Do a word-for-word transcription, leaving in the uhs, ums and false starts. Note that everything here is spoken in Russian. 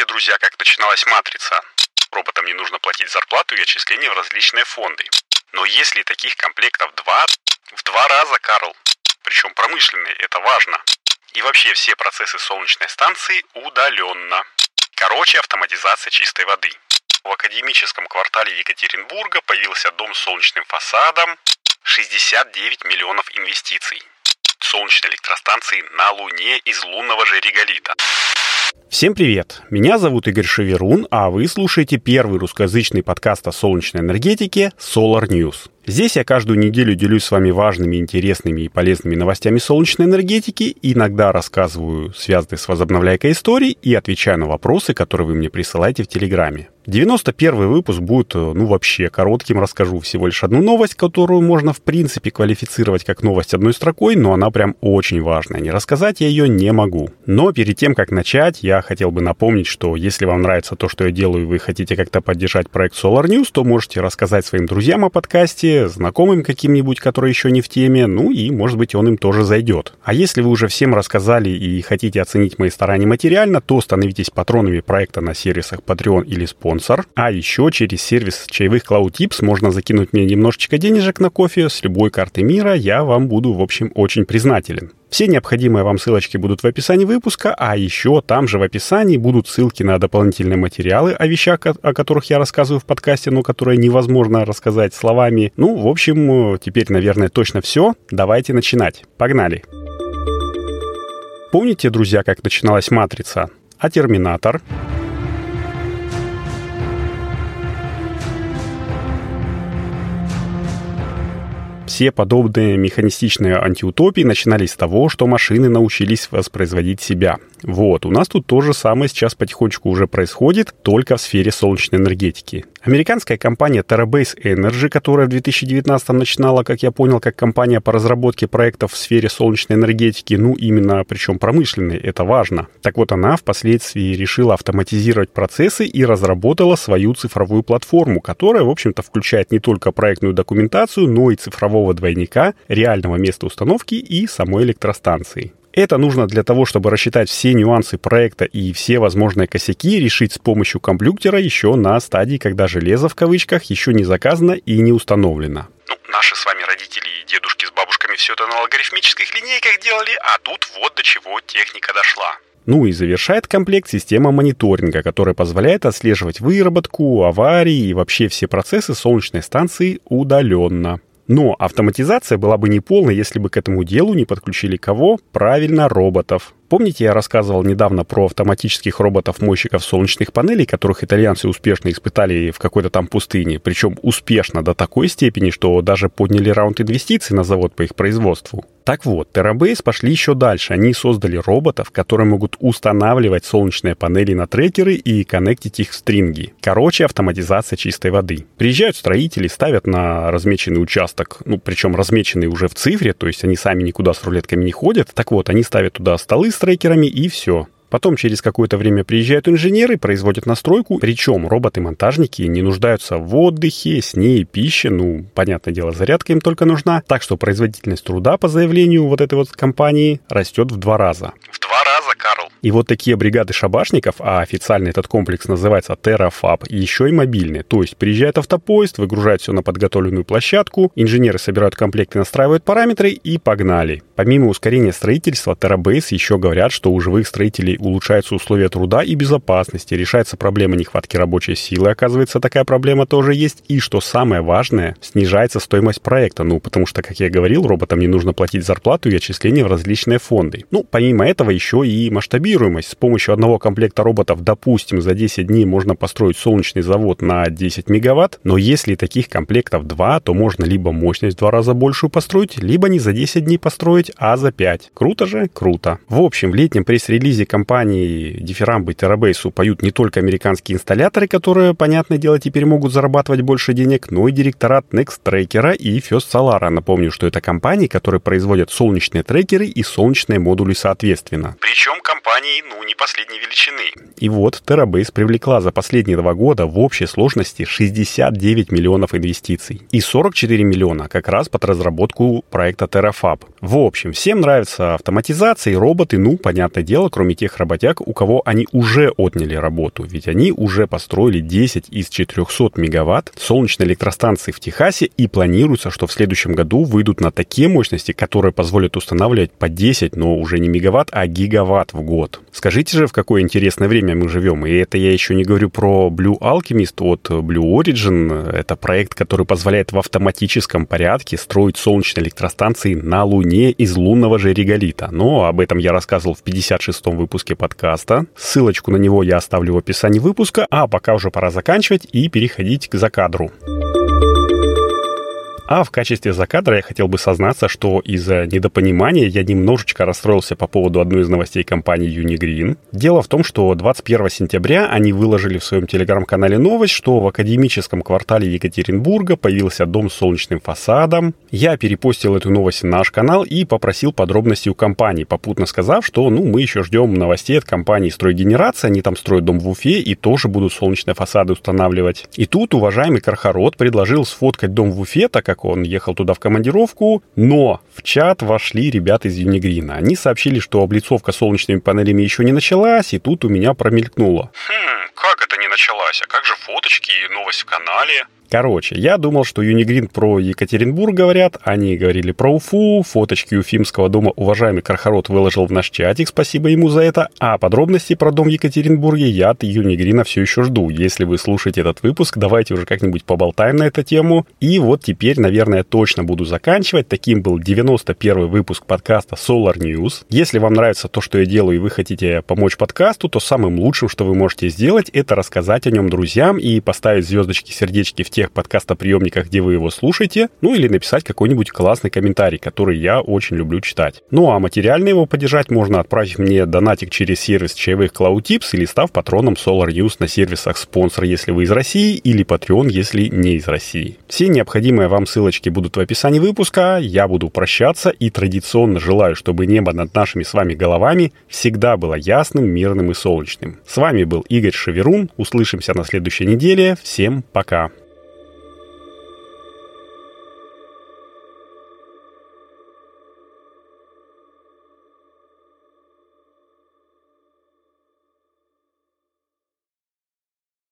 Помните, друзья, как начиналась «Матрица»? Роботам не нужно платить зарплату и отчисления в различные фонды. Но если таких комплектов два, в два раза, Карл. Причем промышленные, это важно. И вообще все процессы солнечной станции удаленно. Короче, автоматизация чистой воды. В академическом квартале Екатеринбурга появился дом с солнечным фасадом. шестьдесят девять миллионов инвестиций. Солнечной электростанции на Луне из лунного же реголита. Всем привет! Меня зовут Игорь Шеверун, а вы слушаете первый русскоязычный подкаст о солнечной энергетике Solar News. Здесь я каждую неделю делюсь с вами важными, интересными и полезными новостями солнечной энергетики, иногда рассказываю связанные с возобновляйкой истории и отвечаю на вопросы, которые вы мне присылаете в Телеграме. девяносто первый выпуск будет, ну, вообще коротким. Расскажу всего лишь одну новость, которую можно, в принципе, квалифицировать как новость одной строкой, но она прям очень важная. Не рассказать я ее не могу. Но перед тем, как начать, я хотел бы напомнить, что если вам нравится то, что я делаю, и вы хотите как-то поддержать проект Solar News, то можете рассказать своим друзьям о подкасте, знакомым каким-нибудь, которые еще не в теме, ну и, может быть, он им тоже зайдет. А если вы уже всем рассказали и хотите оценить мои старания материально, то становитесь патронами проекта на сервисах Patreon или Sponsor. А еще через сервис чаевых CloudTips можно закинуть мне немножечко денежек на кофе с любой карты мира, я вам буду, в общем, очень признателен. Все необходимые вам ссылочки будут в описании выпуска, а еще там же в описании будут ссылки на дополнительные материалы о вещах, о которых я рассказываю в подкасте, но которые невозможно рассказать словами. Ну, в общем, теперь, наверное, точно все. Давайте начинать. Погнали! Помните, друзья, как начиналась «Матрица»? А «Терминатор»? Все подобные механистичные антиутопии начинались с того, что машины научились воспроизводить себя. Вот, у нас тут то же самое сейчас потихонечку уже происходит, только в сфере солнечной энергетики. Американская компания Terabase Energy, которая в две тысячи девятнадцатом начинала, как я понял, как компания по разработке проектов в сфере солнечной энергетики, ну, именно, причем промышленной, это важно. Так вот, она впоследствии решила автоматизировать процессы и разработала свою цифровую платформу, которая, в общем-то, включает не только проектную документацию, но и цифрового двойника, реального места установки и самой электростанции. Это нужно для того, чтобы рассчитать все нюансы проекта и все возможные косяки решить с помощью компьютера еще на стадии, когда железо, в кавычках, еще не заказано и не установлено. Ну, наши с вами родители и дедушки с бабушками все это на логарифмических линейках делали, а тут вот до чего техника дошла. Ну и завершает комплект система мониторинга, которая позволяет отслеживать выработку, аварии и вообще все процессы солнечной станции удаленно. Но автоматизация была бы неполной, если бы к этому делу не подключили кого? Правильно, роботов. Помните, я рассказывал недавно про автоматических роботов-мойщиков солнечных панелей, которых итальянцы успешно испытали в какой-то там пустыне, причем успешно до такой степени, что даже подняли раунд инвестиций на завод по их производству. Так вот, Terabase пошли еще дальше. Они создали роботов, которые могут устанавливать солнечные панели на трекеры и коннектить их в стринги. Короче, автоматизация чистой воды. Приезжают строители, ставят на размеченный участок, ну, причем размеченный уже в цифре, то есть они сами никуда с рулетками не ходят. Так вот, они ставят туда столы с трекерами и все. Потом через какое-то время приезжают инженеры, производят настройку, причем роботы-монтажники не нуждаются в отдыхе, сне и пище, ну, понятное дело, зарядка им только нужна, так что производительность труда по заявлению вот этой вот компании растет в два раза. В два раза, Карл. И вот такие бригады шабашников, а официально этот комплекс называется TerraFab, еще и мобильные, то есть приезжает автопоезд, выгружает все на подготовленную площадку, инженеры собирают комплекты, настраивают параметры и погнали. Помимо ускорения строительства, Terabase еще говорят, что у живых строителей улучшаются условия труда и безопасности, решается проблема нехватки рабочей силы, оказывается, такая проблема тоже есть, и, что самое важное, снижается стоимость проекта, ну, потому что, как я говорил, роботам не нужно платить зарплату и отчисления в различные фонды. Ну, помимо этого, еще и масштабируемость. С помощью одного комплекта роботов, допустим, за десять дней можно построить солнечный завод на десять мегаватт, но если таких комплектов два, то можно либо мощность в два раза большую построить, либо не за десять дней построить, а за пять. Круто же? Круто. В общем, в летнем пресс-релизе компании дифирамбы Terabase поют не только американские инсталляторы, которые, понятное дело, теперь могут зарабатывать больше денег, но и директорат Nextracker и First Solar. Напомню, что это компании, которые производят солнечные трекеры и солнечные модули соответственно. Причем причем компании, ну, не последней величины. И вот Terabase привлекла за последние два года в общей сложности шестьдесят девять миллионов инвестиций. И сорок четыре миллиона как раз под разработку проекта TerraFab. В общем, всем нравится автоматизация и роботы, ну, понятное дело, кроме тех работяг, у кого они уже отняли работу. Ведь они уже построили десять из четырехсот мегаватт солнечной электростанции в Техасе, и планируется, что в следующем году выйдут на такие мощности, которые позволят устанавливать по десять, но уже не мегаватт, а гигаватт в год. Скажите же, в какое интересное время мы живем. И это я еще не говорю про Blue Alchemist от Blue Origin. Это проект, который позволяет в автоматическом порядке строить солнечные электростанции на Луне из лунного же реголита. Но об этом я рассказывал в пятьдесят шестом выпуске подкаста. Ссылочку на него я оставлю в описании выпуска. А пока уже пора заканчивать и переходить к закадру. А в качестве закадра я хотел бы сознаться, что из-за недопонимания я немножечко расстроился по поводу одной из новостей компании Unigreen. Дело в том, что двадцать первого сентября они выложили в своем телеграм-канале новость, что в академическом квартале Екатеринбурга появился дом с солнечным фасадом. Я перепостил эту новость в наш канал и попросил подробностей у компании, попутно сказав, что ну, мы еще ждем новостей от компании «Стройгенерация». Они там строят дом в Уфе и тоже будут солнечные фасады устанавливать. И тут уважаемый Кархарот предложил сфоткать дом в Уфе, так как он ехал туда в командировку, но в чат вошли ребята из Unigreen. Они сообщили, что облицовка солнечными панелями еще не началась, и тут у меня промелькнуло. Хм, как это не началась? А как же фоточки и новость в канале? Короче, я думал, что Unigreen про Екатеринбург говорят, они говорили про Уфу, фоточки уфимского дома уважаемый Кархарот выложил в наш чатик, спасибо ему за это, а подробности про дом в Екатеринбурге я от Unigreen все еще жду. Если вы слушаете этот выпуск, давайте уже как-нибудь поболтаем на эту тему. И вот теперь, наверное, точно буду заканчивать. Таким был девяносто первый выпуск подкаста Solar News. Если вам нравится то, что я делаю, и вы хотите помочь подкасту, то самым лучшим, что вы можете сделать, это рассказать о нем друзьям и поставить звездочки-сердечки в тех подкастоприемниках, где вы его слушаете, ну или написать какой-нибудь классный комментарий, который я очень люблю читать. Ну а материально его поддержать можно, отправив мне донатик через сервис чаевых CloudTips или став патроном Solar News на сервисах спонсор, если вы из России, или Patreon, если не из России. Все необходимые вам ссылочки будут в описании выпуска. Я буду прощаться и традиционно желаю, чтобы небо над нашими с вами головами всегда было ясным, мирным и солнечным. С вами был Игорь Шеверун. Услышимся на следующей неделе. Всем пока.